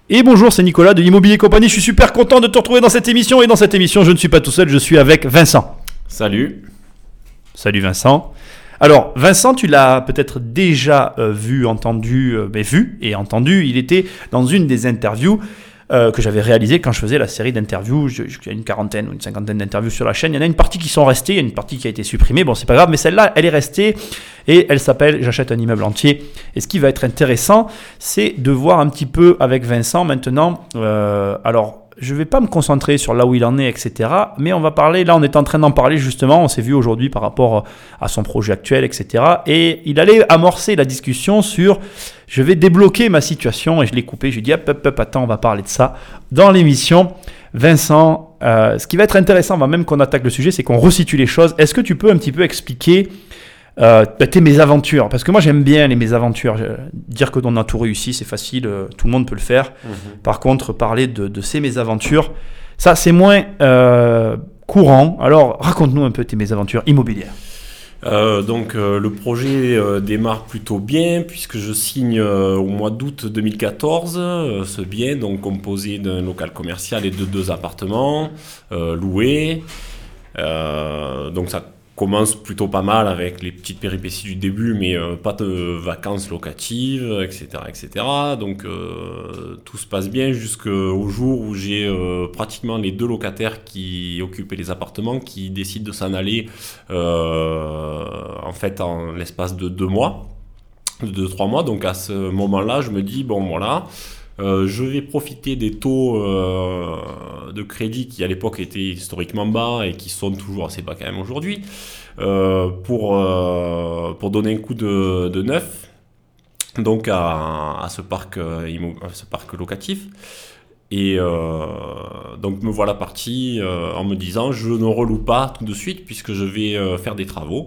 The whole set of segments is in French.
Et bonjour, c'est Nicolas de Immobilier Compagnie. Je suis super content de te retrouver dans cette émission. Et dans cette émission, je ne suis pas tout seul, je suis avec Vincent. Salut. Salut Vincent. Alors, Vincent, tu l'as peut-être déjà vu, entendu, il était dans une des interviews que j'avais réalisées quand je faisais la série d'interviews. Il y a une quarantaine ou une cinquantaine d'interviews sur la chaîne. Il y en a une partie qui sont restées, il y a une partie qui a été supprimée. Bon, c'est pas grave, mais celle-là, elle est restée et elle s'appelle « J'achète un immeuble entier ». Et ce qui va être intéressant, c'est de voir un petit peu avec Vincent maintenant. Alors, je ne vais pas me concentrer sur là où il en est, etc. Mais on va parler, là on est en train d'en parler justement, on s'est vu aujourd'hui par rapport à son projet actuel, etc. Et il allait amorcer la discussion sur « je vais débloquer ma situation » et je l'ai coupé, je lui ai dit « hop, attends, on va parler de ça dans l'émission ». Vincent, ce qui va être intéressant, avant même qu'on attaque le sujet, c'est qu'on resitue les choses. Est-ce que tu peux un petit peu expliquer tes mésaventures, parce que moi j'aime bien les mésaventures. Dire que on a tout réussi, c'est facile, tout le monde peut le faire. Par contre, parler de ces mésaventures, ça c'est moins courant. Alors raconte-nous un peu tes mésaventures immobilières. Le projet démarre plutôt bien puisque je signe au mois d'août 2014 ce bien, donc composé d'un local commercial et de 2 appartements loués. Donc ça commence plutôt pas mal avec les petites péripéties du début, mais pas de vacances locatives, etc. etc. Donc tout se passe bien jusqu'au jour où j'ai pratiquement les 2 locataires qui occupaient les appartements qui décident de s'en aller en l'espace de 2 mois, 2-3 mois. Donc à ce moment-là, je me dis, bon voilà, je vais profiter des taux de crédit qui à l'époque étaient historiquement bas et qui sont toujours assez bas quand même aujourd'hui, pour donner un coup de neuf donc à ce parc locatif. Et donc me voilà parti en me disant je ne reloue pas tout de suite puisque je vais faire des travaux.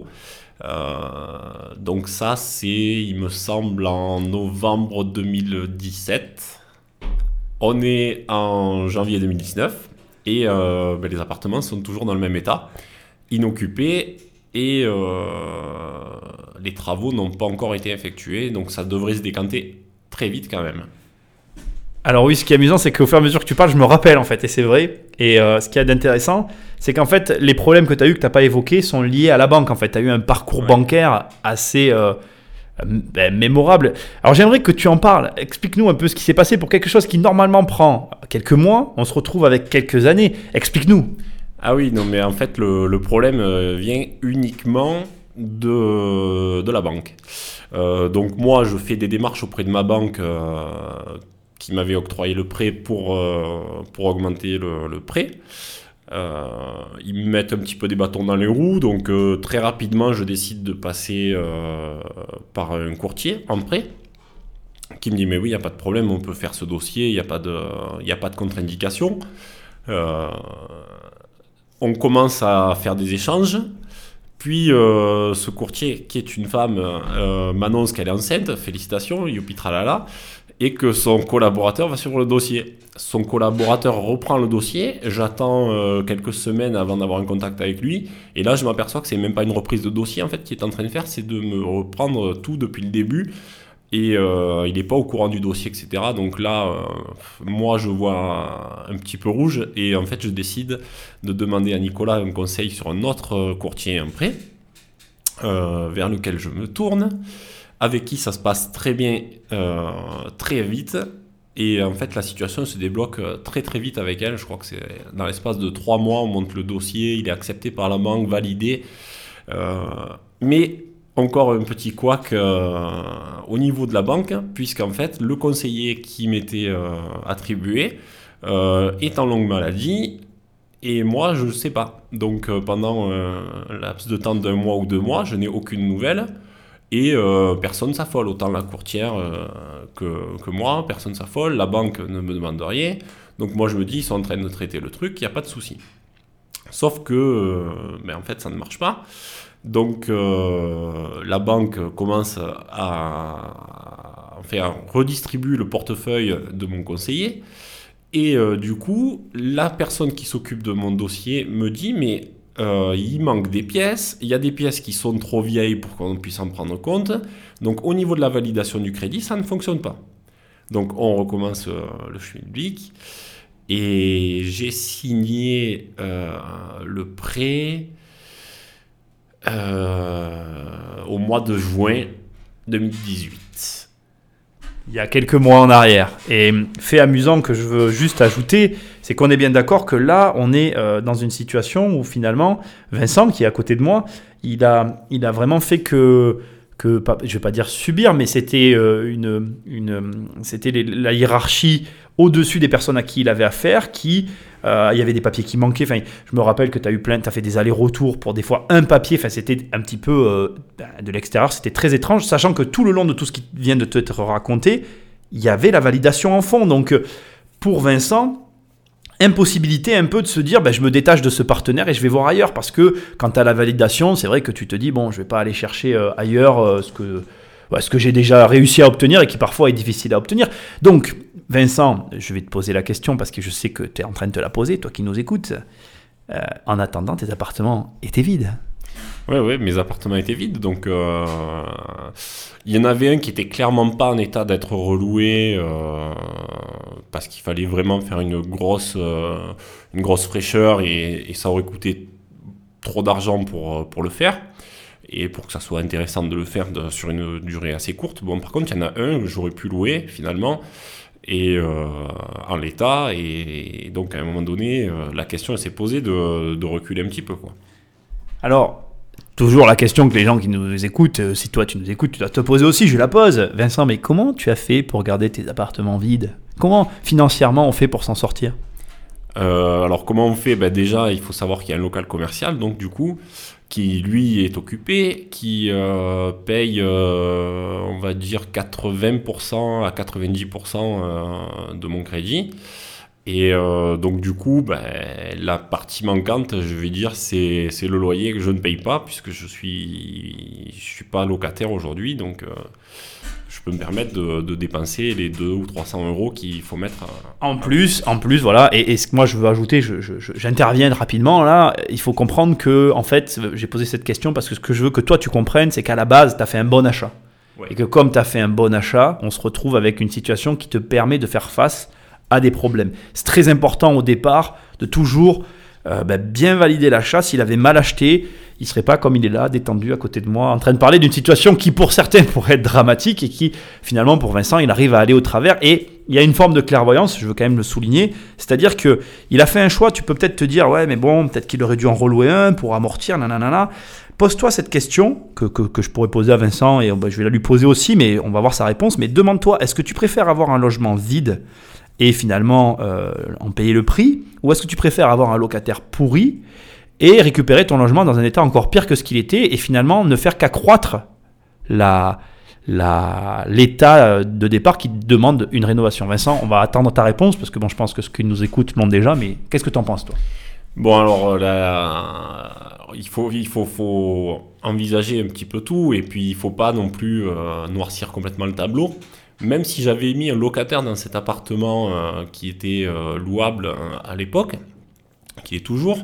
Donc ça c'est, il me semble, en novembre 2017. On est en janvier 2019 et les appartements sont toujours dans le même état, inoccupés, et les travaux n'ont pas encore été effectués, donc ça devrait se décanter très vite quand même. Alors oui, ce qui est amusant, c'est qu'au fur et à mesure que tu parles, je me rappelle en fait, et c'est vrai. Et ce qu'il y a d'intéressant, c'est qu'en fait, les problèmes que tu as eu, que tu n'as pas évoqués, sont liés à la banque. En fait, tu as eu un parcours bancaire assez mémorable. Alors j'aimerais que tu en parles. Explique-nous un peu ce qui s'est passé pour quelque chose qui normalement prend quelques mois. On se retrouve avec quelques années. Explique-nous. Ah oui, non mais en fait, le problème vient uniquement de la banque. Donc moi, je fais des démarches auprès de ma banque qui m'avait octroyé le prêt pour augmenter le prêt. Ils me mettent un petit peu des bâtons dans les roues, donc très rapidement je décide de passer par un courtier en prêt qui me dit mais oui, il n'y a pas de problème, on peut faire ce dossier, il n'y a pas de contre-indication. On commence à faire des échanges, puis ce courtier, qui est une femme, m'annonce qu'elle est enceinte, félicitations, youpi tralala, et que son collaborateur va sur le dossier. Son collaborateur reprend le dossier, j'attends quelques semaines avant d'avoir un contact avec lui, et là je m'aperçois que c'est même pas une reprise de dossier en fait qu'il est en train de faire, c'est de me reprendre tout depuis le début, et il n'est pas au courant du dossier, etc. Donc là, moi je vois un petit peu rouge, et en fait je décide de demander à Nicolas un conseil sur un autre courtier en prêt, vers lequel je me tourne, avec qui ça se passe très bien, très vite. Et en fait, la situation se débloque très très vite avec elle. Je crois que c'est dans l'espace de 3 mois, on monte le dossier, il est accepté par la banque, validé. Mais encore un petit couac au niveau de la banque, puisqu'en fait, le conseiller qui m'était attribué est en longue maladie. Et moi, je ne sais pas. Donc pendant un laps de temps d'1 mois ou 2 mois, je n'ai aucune nouvelle. Et personne s'affole, autant la courtière que moi, personne s'affole, la banque ne me demande rien. Donc moi je me dis, ils sont en train de traiter le truc, il n'y a pas de souci. Sauf que, en fait, ça ne marche pas. Donc la banque commence à redistribuer le portefeuille de mon conseiller. Et du coup, la personne qui s'occupe de mon dossier me dit, mais il manque des pièces, il y a des pièces qui sont trop vieilles pour qu'on puisse en prendre compte, donc au niveau de la validation du crédit, ça ne fonctionne pas. Donc on recommence le Schmilblick. Et j'ai signé le prêt au mois de juin 2018. Il y a quelques mois en arrière. Et fait amusant que je veux juste ajouter, c'est qu'on est bien d'accord que là, on est dans une situation où finalement, Vincent, qui est à côté de moi, il a vraiment fait que je ne vais pas dire subir, mais c'était, c'était la hiérarchie au-dessus des personnes à qui il avait affaire, il y avait des papiers qui manquaient. Enfin, je me rappelle que tu as fait des allers-retours pour des fois un papier. Enfin, c'était un petit peu de l'extérieur, c'était très étrange, sachant que tout le long de tout ce qui vient de te raconter, il y avait la validation en fond. Donc, pour Vincent, impossibilité un peu de se dire je me détache de ce partenaire et je vais voir ailleurs, parce que quand tu as la validation, c'est vrai que tu te dis bon, je vais pas aller chercher ailleurs ce que j'ai déjà réussi à obtenir et qui parfois est difficile à obtenir. Donc Vincent, je vais te poser la question parce que je sais que tu es en train de te la poser, toi qui nous écoutes. En attendant, tes appartements étaient vides. Ouais, mes appartements étaient vides, donc il y en avait un qui était clairement pas en état d'être reloué parce qu'il fallait vraiment faire une grosse fraîcheur et ça aurait coûté trop d'argent pour le faire et pour que ça soit intéressant de le faire sur une durée assez courte. Bon, par contre, il y en a un que j'aurais pu louer finalement et en l'état, et donc à un moment donné, la question s'est posée de reculer un petit peu, quoi. Alors, toujours la question que les gens qui nous écoutent, si toi tu nous écoutes, tu dois te poser aussi, je la pose. Vincent, mais comment tu as fait pour garder tes appartements vides ? Comment financièrement on fait pour s'en sortir ? Alors comment on fait ? Déjà, il faut savoir qu'il y a un local commercial, donc du coup, qui lui est occupé, qui paye, on va dire, 80% à 90% de mon crédit. Et donc du coup, la partie manquante, je vais dire, c'est le loyer que je ne paye pas, puisque je suis pas locataire aujourd'hui, donc je peux me permettre de dépenser les 200 ou 300 euros qu'il faut mettre. En plus, voilà. Et ce que moi je veux ajouter, j'interviens rapidement là. Il faut comprendre que, en fait, j'ai posé cette question parce que ce que je veux que toi tu comprennes, c'est qu'à la base, tu as fait un bon achat. Ouais. Et que comme tu as fait un bon achat, on se retrouve avec une situation qui te permet de faire face à des problèmes. C'est très important au départ de toujours bien valider l'achat. S'il avait mal acheté, il ne serait pas comme il est là, détendu à côté de moi, en train de parler d'une situation qui pour certains pourrait être dramatique et qui finalement pour Vincent, il arrive à aller au travers. Et il y a une forme de clairvoyance, je veux quand même le souligner, c'est-à-dire qu'il a fait un choix. Tu peux peut-être te dire, ouais mais bon, peut-être qu'il aurait dû en relouer un pour amortir, nanana. Pose-toi cette question que je pourrais poser à Vincent et je vais la lui poser aussi, mais on va voir sa réponse. Mais demande-toi, est-ce que tu préfères avoir un logement vide et finalement en payer le prix, ou est-ce que tu préfères avoir un locataire pourri et récupérer ton logement dans un état encore pire que ce qu'il était et finalement ne faire qu'accroître l'état de départ qui demande une rénovation? Vincent, on va attendre ta réponse parce que je pense que ceux qui nous écoutent l'ont déjà, mais qu'est-ce que tu en penses toi? Bon, alors il faut envisager un petit peu tout, et puis il ne faut pas non plus noircir complètement le tableau. Même si j'avais mis un locataire dans cet appartement qui était louable à l'époque, qui est toujours,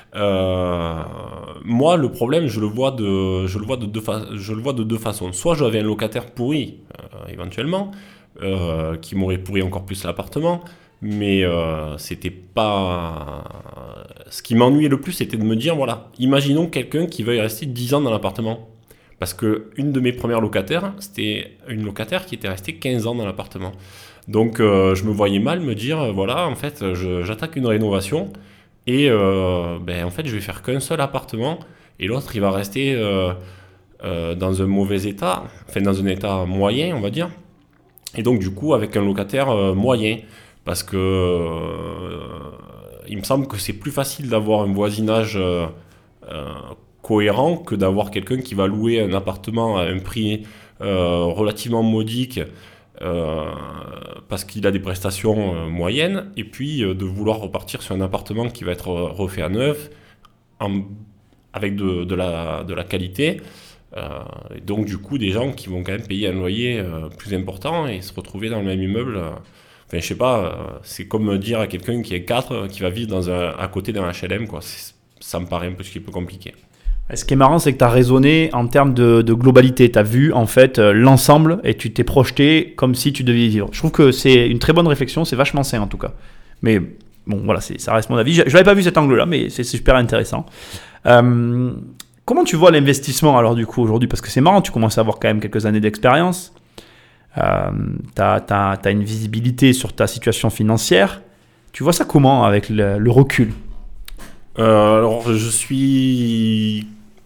moi le problème je le vois de deux façons. Soit j'avais un locataire pourri éventuellement, qui m'aurait pourri encore plus l'appartement, mais c'était pas... Ce qui m'ennuyait le plus, c'était de me dire, voilà, imaginons quelqu'un qui veuille rester 10 ans dans l'appartement. Parce qu'une de mes premières locataires, c'était une locataire qui était restée 15 ans dans l'appartement. Donc je me voyais mal me dire, voilà, en fait, j'attaque une rénovation et en fait, je vais faire qu'un seul appartement et l'autre, il va rester dans un mauvais état, enfin dans un état moyen, on va dire. Et donc du coup, avec un locataire moyen, parce que il me semble que c'est plus facile d'avoir un voisinage cohérent que d'avoir quelqu'un qui va louer un appartement à un prix relativement modique parce qu'il a des prestations moyennes, et puis de vouloir repartir sur un appartement qui va être refait à neuf avec de la qualité, et donc du coup des gens qui vont quand même payer un loyer plus important et se retrouver dans le même immeuble. Enfin, je sais pas, c'est comme dire à quelqu'un qui est 4 qui va vivre à côté d'un HLM, quoi. Ça me paraît un petit peu compliqué. Ce qui est marrant, c'est que tu as raisonné en termes de globalité. Tu as vu en fait l'ensemble et tu t'es projeté comme si tu devais y vivre. Je trouve que c'est une très bonne réflexion, c'est vachement sain en tout cas. Mais bon, voilà, ça reste mon avis. Je n'avais pas vu cet angle-là, mais c'est super intéressant. Comment tu vois l'investissement alors du coup aujourd'hui? Parce que c'est marrant, tu commences à avoir quand même quelques années d'expérience. Tu as une visibilité sur ta situation financière. Tu vois ça comment avec le recul? Alors, je suis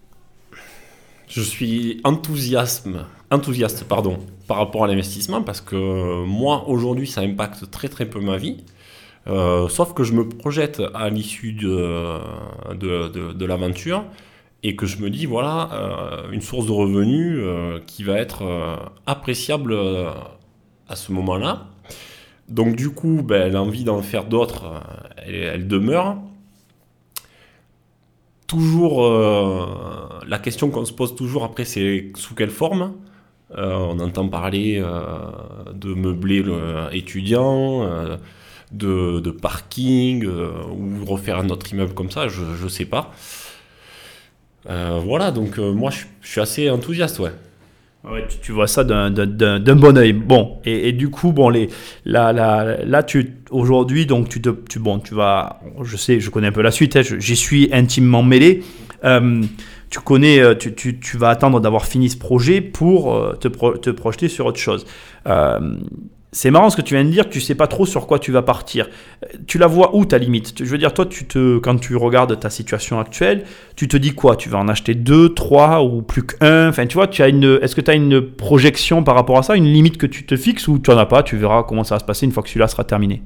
enthousiaste par rapport à l'investissement parce que moi, aujourd'hui, ça impacte très très peu ma vie. Sauf que je me projette à l'issue de l'aventure et que je me dis, voilà, une source de revenus qui va être appréciable à ce moment-là. Donc du coup, l'envie d'en faire d'autres, elle demeure. Toujours, la question qu'on se pose toujours après, c'est sous quelle forme. On entend parler de meublé étudiant, de parking, ou refaire un autre immeuble comme ça, je sais pas. Voilà, donc moi je suis assez enthousiaste, ouais. Ouais, tu vois ça d'un bon œil. Bon, et du coup, bon, là, aujourd'hui, donc tu vas, je connais un peu la suite, hein, j'y suis intimement mêlé. Tu connais, tu vas attendre d'avoir fini ce projet pour te projeter sur autre chose. C'est marrant ce que tu viens de dire, que tu sais pas trop sur quoi tu vas partir. Tu la vois où ta limite? Je veux dire, toi, quand tu regardes ta situation actuelle, tu te dis quoi? Tu vas en acheter 2, 3 ou plus qu'un? Enfin, tu vois, est-ce que tu as une projection par rapport à ça, une limite que tu te fixes ou tu n'en as pas? Tu verras comment ça va se passer une fois que celui-là sera terminé.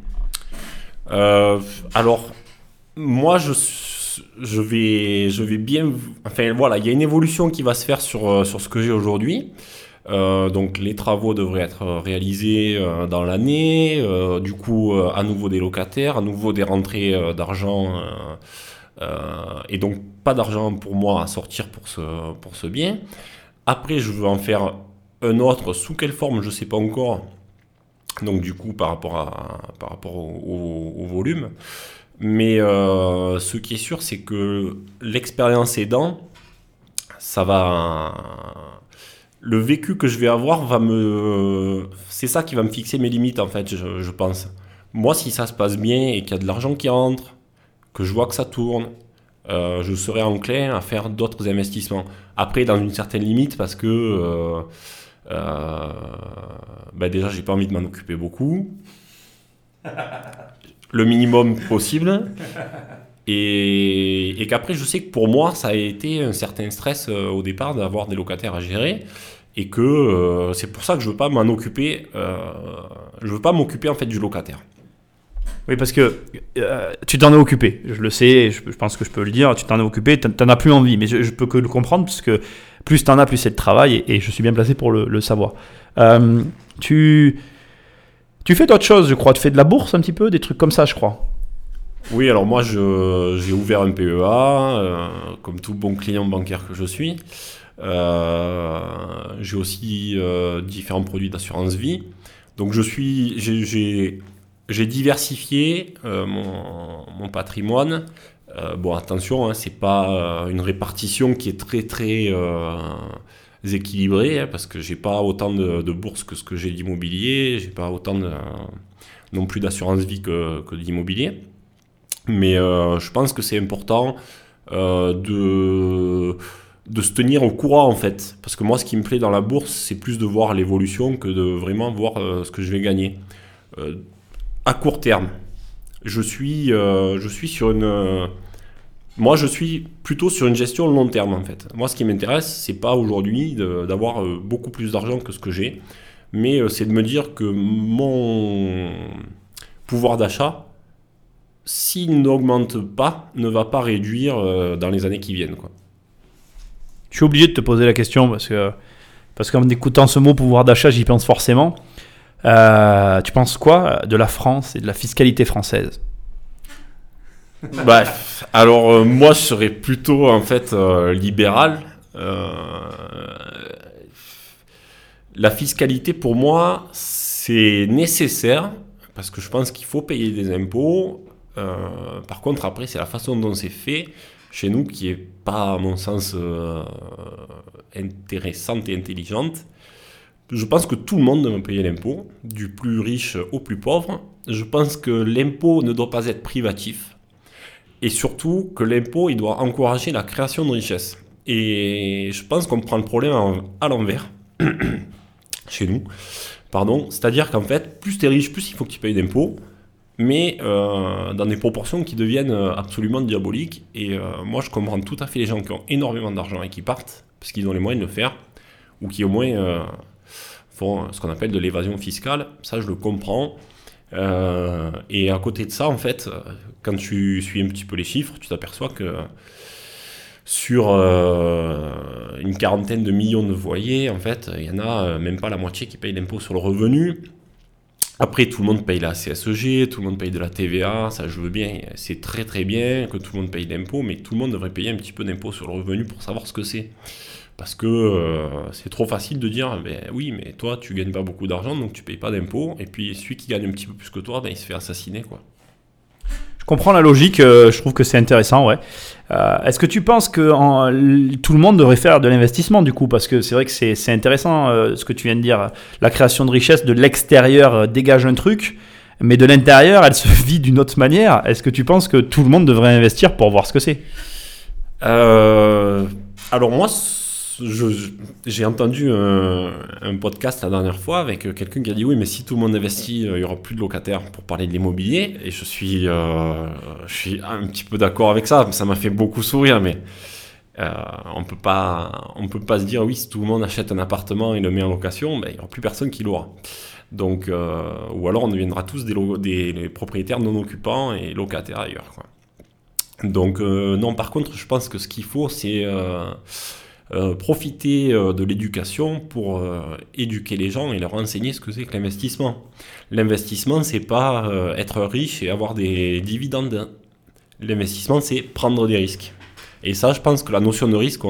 Alors, moi, je vais bien. Enfin, voilà, il y a une évolution qui va se faire sur ce que j'ai aujourd'hui. Donc les travaux devraient être réalisés dans l'année, du coup à nouveau des locataires, à nouveau des rentrées d'argent et donc pas d'argent pour moi à sortir pour ce bien. Après je veux en faire un autre, sous quelle forme je sais pas encore, donc du coup par rapport au volume. Mais ce qui est sûr c'est que l'expérience aidant, ça va... Le vécu que je vais avoir c'est ça qui va me fixer mes limites en fait, je pense. Moi, si ça se passe bien et qu'il y a de l'argent qui rentre, que je vois que ça tourne, je serai enclin à faire d'autres investissements. Après, dans une certaine limite, parce que déjà, j'ai pas envie de m'en occuper beaucoup. Le minimum possible. Et qu'après, je sais que pour moi, ça a été un certain stress au départ d'avoir des locataires à gérer. Et que c'est pour ça que je veux pas m'en occuper. Je veux pas m'occuper en fait du locataire. Oui, parce que tu t'en es occupé. Je le sais, je pense que je peux le dire. Tu t'en es occupé, t'en as plus envie. Mais je peux que le comprendre parce que plus t'en as, plus c'est de travail. Et je suis bien placé pour le savoir. Tu fais d'autres choses, je crois. Tu fais de la bourse un petit peu, des trucs comme ça, je crois. Oui, alors moi, j'ai ouvert un PEA, comme tout bon client bancaire que je suis. J'ai aussi différents produits d'assurance vie. Donc, j'ai diversifié mon patrimoine. Bon, attention, hein, c'est pas une répartition qui est très, très équilibrée, hein, parce que j'ai pas autant de bourses que ce que j'ai d'immobilier. J'ai pas autant non plus d'assurance vie que d'immobilier. Mais je pense que c'est important de se tenir au courant en fait. Parce que moi, ce qui me plaît dans la bourse, c'est plus de voir l'évolution que de vraiment voir ce que je vais gagner. À court terme, je suis sur moi, je suis plutôt sur une gestion long terme en fait. Moi, ce qui m'intéresse, c'est pas aujourd'hui d'avoir beaucoup plus d'argent que ce que j'ai, mais c'est de me dire que mon pouvoir d'achat, s'il n'augmente pas, ne va pas réduire dans les années qui viennent, quoi. Je suis obligé de te poser la question parce qu'en écoutant ce mot pouvoir d'achat, j'y pense forcément. Tu penses quoi de la France et de la fiscalité française? Alors moi, je serais plutôt en fait libéral. La fiscalité, pour moi, c'est nécessaire parce que je pense qu'il faut payer des impôts. Par contre, après, c'est la façon dont c'est fait chez nous qui est pas, à mon sens, intéressante et intelligente. Je pense que tout le monde doit payer l'impôt, du plus riche au plus pauvre. Je pense que l'impôt ne doit pas être privatif. Et surtout que l'impôt, il doit encourager la création de richesse. Et je pense qu'on prend le problème à l'envers, chez nous. C'est-à-dire qu'en fait, plus tu es riche, plus il faut que tu payes d'impôts, mais dans des proportions qui deviennent absolument diaboliques. Et moi, je comprends tout à fait les gens qui ont énormément d'argent et qui partent, parce qu'ils ont les moyens de le faire, ou qui au moins font ce qu'on appelle de l'évasion fiscale. Ça, je le comprends. Et à côté de ça, en fait, quand tu suis un petit peu les chiffres, tu t'aperçois que sur une quarantaine de millions de foyers, en fait, il y en a même pas la moitié qui payent l'impôt sur le revenu. Après, tout le monde paye la CSG, tout le monde paye de la TVA, ça je veux bien, c'est très très bien que tout le monde paye l'impôt, mais tout le monde devrait payer un petit peu d'impôt sur le revenu pour savoir ce que c'est. Parce que c'est trop facile de dire, ben oui, mais toi tu gagnes pas beaucoup d'argent, donc tu payes pas d'impôt, et puis celui qui gagne un petit peu plus que toi, ben, il se fait assassiner, quoi. Je comprends la logique, je trouve que c'est intéressant, ouais. Est-ce que tu penses que tout le monde devrait faire de l'investissement du coup? Parce que c'est vrai que c'est intéressant ce que tu viens de dire. La création de richesse de l'extérieur dégage un truc, mais de l'intérieur, elle se vit d'une autre manière. Est-ce que tu penses que tout le monde devrait investir pour voir ce que c'est? Alors moi, j'ai entendu un podcast la dernière fois avec quelqu'un qui a dit oui, mais si tout le monde investit, il n'y aura plus de locataires, pour parler de l'immobilier. Et je suis un petit peu d'accord avec ça. Ça m'a fait beaucoup sourire, mais on peut pas se dire oui, si tout le monde achète un appartement et le met en location, ben, il n'y aura plus personne qui l'aura. Donc, ou alors on deviendra tous des propriétaires non occupants et locataires ailleurs, quoi. Donc non, par contre, je pense que ce qu'il faut, c'est profiter de l'éducation pour éduquer les gens et leur enseigner ce que c'est que l'investissement. L'investissement, c'est pas être riche et avoir des dividendes. L'investissement, c'est prendre des risques. Et ça, je pense que la notion de risque,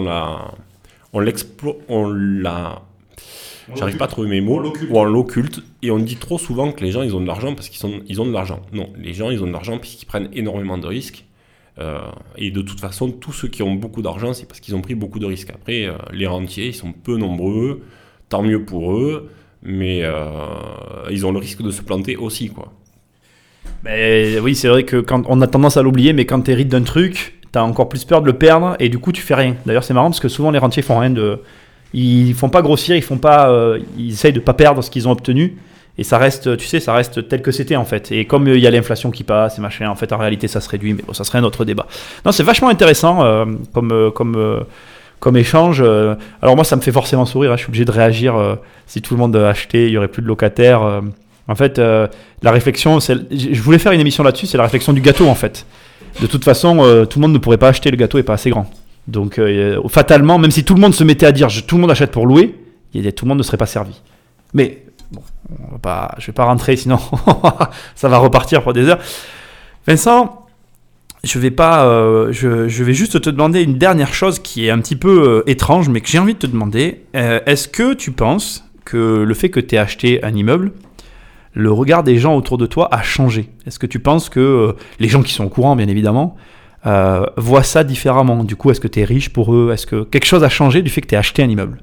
j'arrive pas à trouver mes mots, on l'occulte, et on dit trop souvent que les gens, ils ont de l'argent parce qu'ils ont de l'argent. Non, les gens, ils ont de l'argent parce qu'ils prennent énormément de risques. Et de toute façon, tous ceux qui ont beaucoup d'argent, c'est parce qu'ils ont pris beaucoup de risques. Après, les rentiers, ils sont peu nombreux, tant mieux pour eux, mais ils ont le risque de se planter aussi, quoi. Mais oui, c'est vrai que quand on a tendance à l'oublier, mais quand tu hérites d'un truc, tu as encore plus peur de le perdre, et du coup, tu fais rien. D'ailleurs, c'est marrant parce que souvent, les rentiers font rien ils font pas grossir, ils essayent de pas perdre ce qu'ils ont obtenu. Et ça reste, tu sais, ça reste tel que c'était en fait. Et comme il y a l'inflation qui passe et machin, en fait, en réalité, ça se réduit, mais bon, ça serait un autre débat. Non, c'est vachement intéressant comme échange. Alors moi, ça me fait forcément sourire. Hein, je suis obligé de réagir. Si tout le monde achetait, il y aurait plus de locataires. En fait, la réflexion, je voulais faire une émission là-dessus. C'est la réflexion du gâteau en fait. De toute façon, tout le monde ne pourrait pas acheter. Le gâteau est pas assez grand. Donc, fatalement, même si tout le monde se mettait à dire tout le monde achète pour louer, tout le monde ne serait pas servi. Mais bon, je vais pas rentrer, sinon ça va repartir pour des heures. Vincent, je vais juste te demander une dernière chose qui est un petit peu étrange, mais que j'ai envie de te demander. Est-ce que tu penses que le fait que tu aies acheté un immeuble, le regard des gens autour de toi a changé? Est-ce que tu penses que les gens qui sont au courant, bien évidemment, voient ça différemment? Du coup, est-ce que tu es riche pour eux? Est-ce que quelque chose a changé du fait que tu aies acheté un immeuble?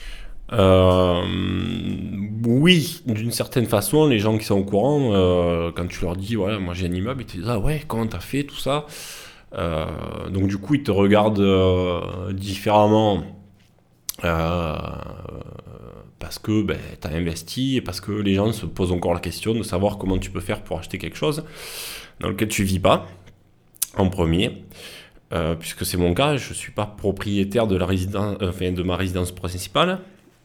Oui, d'une certaine façon, les gens qui sont au courant, quand tu leur dis ouais, moi j'ai un immeuble, ils te disent ah ouais, comment t'as fait tout ça, donc du coup ils te regardent différemment parce que t'as investi et parce que les gens se posent encore la question de savoir comment tu peux faire pour acheter quelque chose dans lequel tu vis pas en premier. Puisque c'est mon cas, je suis pas propriétaire de de ma résidence principale.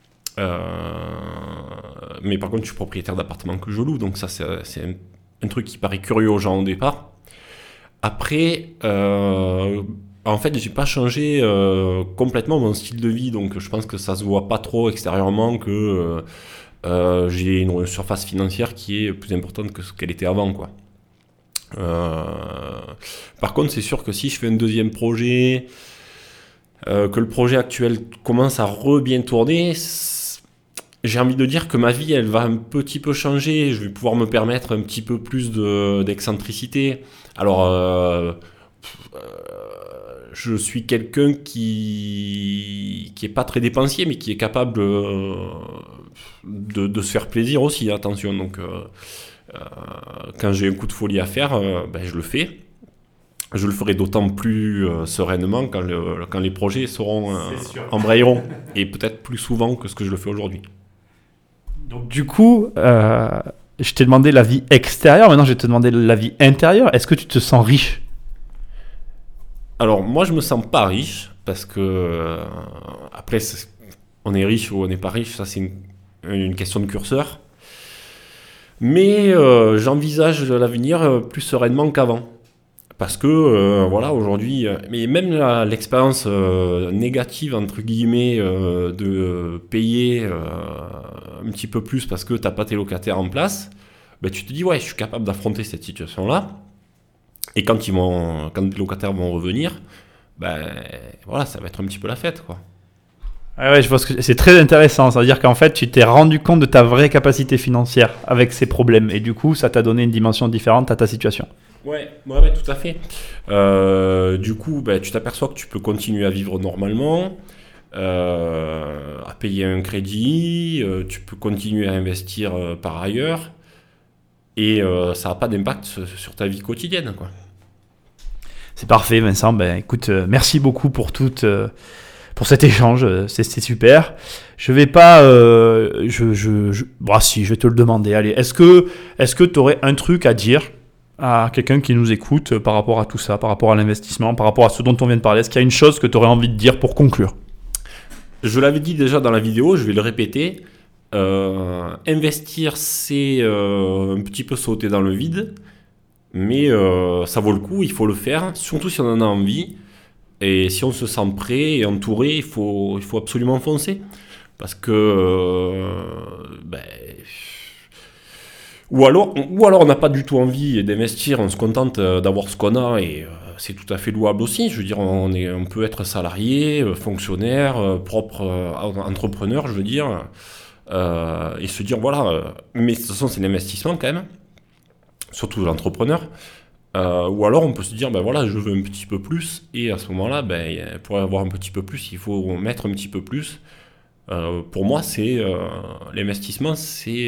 Mais par contre je suis propriétaire d'appartements que je loue, donc ça c'est un truc qui paraît curieux aux gens au départ. Après en fait j'ai pas changé complètement mon style de vie, donc je pense que ça se voit pas trop extérieurement que j'ai une surface financière qui est plus importante que ce qu'elle était avant, quoi. Par contre c'est sûr que si je fais un deuxième projet, que le projet actuel commence à bien tourner, j'ai envie de dire que ma vie, elle va un petit peu changer. Je vais pouvoir me permettre un petit peu plus d'excentricité. Alors, je suis quelqu'un qui est pas très dépensier, mais qui est capable de se faire plaisir aussi, attention. Donc, quand j'ai un coup de folie à faire, je le fais. Je le ferai d'autant plus sereinement quand les projets embrayeront, et peut-être plus souvent que ce que je le fais aujourd'hui. Donc du coup, je t'ai demandé la vie extérieure, maintenant je vais te demander la vie intérieure. Est-ce que tu te sens riche ? Alors moi je me sens pas riche, parce que après on est riche ou on n'est pas riche, ça c'est une question de curseur. Mais j'envisage l'avenir plus sereinement qu'avant. Parce que, aujourd'hui, mais même l'expérience négative, entre guillemets, de payer un petit peu plus parce que tu n'as pas tes locataires en place, tu te dis, ouais, je suis capable d'affronter cette situation-là. Et quand les locataires vont revenir, ça va être un petit peu la fête, quoi. Ah ouais, je pense que c'est très intéressant. C'est-à-dire qu'en fait, tu t'es rendu compte de ta vraie capacité financière avec ces problèmes. Et du coup, ça t'a donné une dimension différente à ta situation. Ouais, tout à fait. Du coup, tu t'aperçois que tu peux continuer à vivre normalement, à payer un crédit, tu peux continuer à investir par ailleurs, et ça n'a pas d'impact sur ta vie quotidienne, quoi. C'est parfait, Vincent. Écoute, merci beaucoup pour cet échange. C'est super. Je vais pas... si, je vais te le demander. Allez, est-ce que tu aurais un truc à dire à quelqu'un qui nous écoute par rapport à tout ça, par rapport à l'investissement, par rapport à ce dont on vient de parler? Est-ce qu'il y a une chose que tu aurais envie de dire pour conclure? Je l'avais dit déjà dans la vidéo, je vais le répéter. Investir, c'est un petit peu sauter dans le vide, mais ça vaut le coup, il faut le faire, surtout si on en a envie. Et si on se sent prêt et entouré, il faut absolument foncer. Parce que... Ou alors on n'a pas du tout envie d'investir, on se contente d'avoir ce qu'on a, et c'est tout à fait louable aussi. Je veux dire, on peut être salarié, fonctionnaire, propre entrepreneur, je veux dire, et se dire mais de toute façon c'est l'investissement quand même, surtout l'entrepreneur. Ou alors on peut se dire je veux un petit peu plus, et à ce moment-là pour avoir un petit peu plus il faut mettre un petit peu plus. Pour moi c'est l'investissement, c'est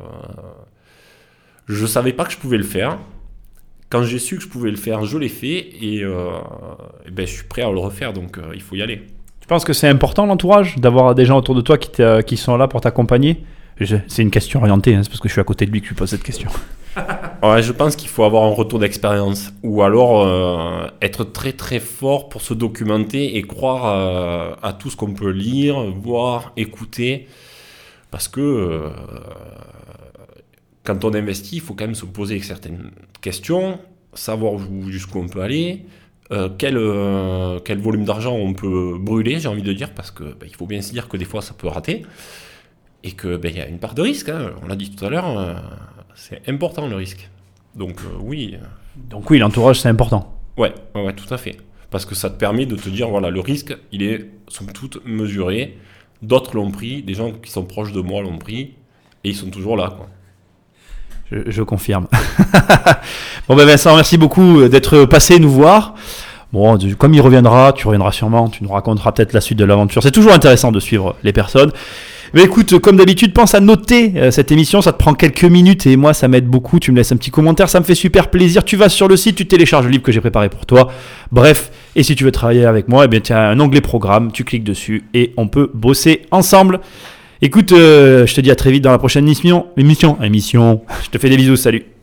je savais pas que je pouvais le faire. Quand j'ai su que je pouvais le faire, je l'ai fait, et je suis prêt à le refaire, donc il faut y aller. Tu penses que c'est important, l'entourage, d'avoir des gens autour de toi qui sont là pour t'accompagner? C'est une question orientée, c'est parce que je suis à côté de lui que je pose cette question. Ouais, je pense qu'il faut avoir un retour d'expérience, ou alors être très très fort pour se documenter et croire à tout ce qu'on peut lire, voir, écouter, parce que quand on investit, il faut quand même se poser certaines questions, savoir jusqu'où on peut aller, quel volume d'argent on peut brûler, j'ai envie de dire, parce que il faut bien se dire que des fois ça peut rater, et que y a une part de risque, on l'a dit tout à l'heure, c'est important le risque. Donc oui. Donc oui, l'entourage c'est important. Ouais, tout à fait. Parce que ça te permet de te dire, le risque, il est somme toute mesuré. D'autres l'ont pris, des gens qui sont proches de moi l'ont pris, et ils sont toujours là, quoi. Je confirme. Bon Vincent, merci beaucoup d'être passé nous voir. Bon, comme tu reviendras sûrement, tu nous raconteras peut-être la suite de l'aventure. C'est toujours intéressant de suivre les personnes. Mais écoute, comme d'habitude, pense à noter cette émission, ça te prend quelques minutes et moi ça m'aide beaucoup, tu me laisses un petit commentaire, ça me fait super plaisir, tu vas sur le site, tu télécharges le livre que j'ai préparé pour toi, bref, et si tu veux travailler avec moi, tu as un onglet programme, tu cliques dessus et on peut bosser ensemble. Écoute, je te dis à très vite dans la prochaine émission, je te fais des bisous, salut.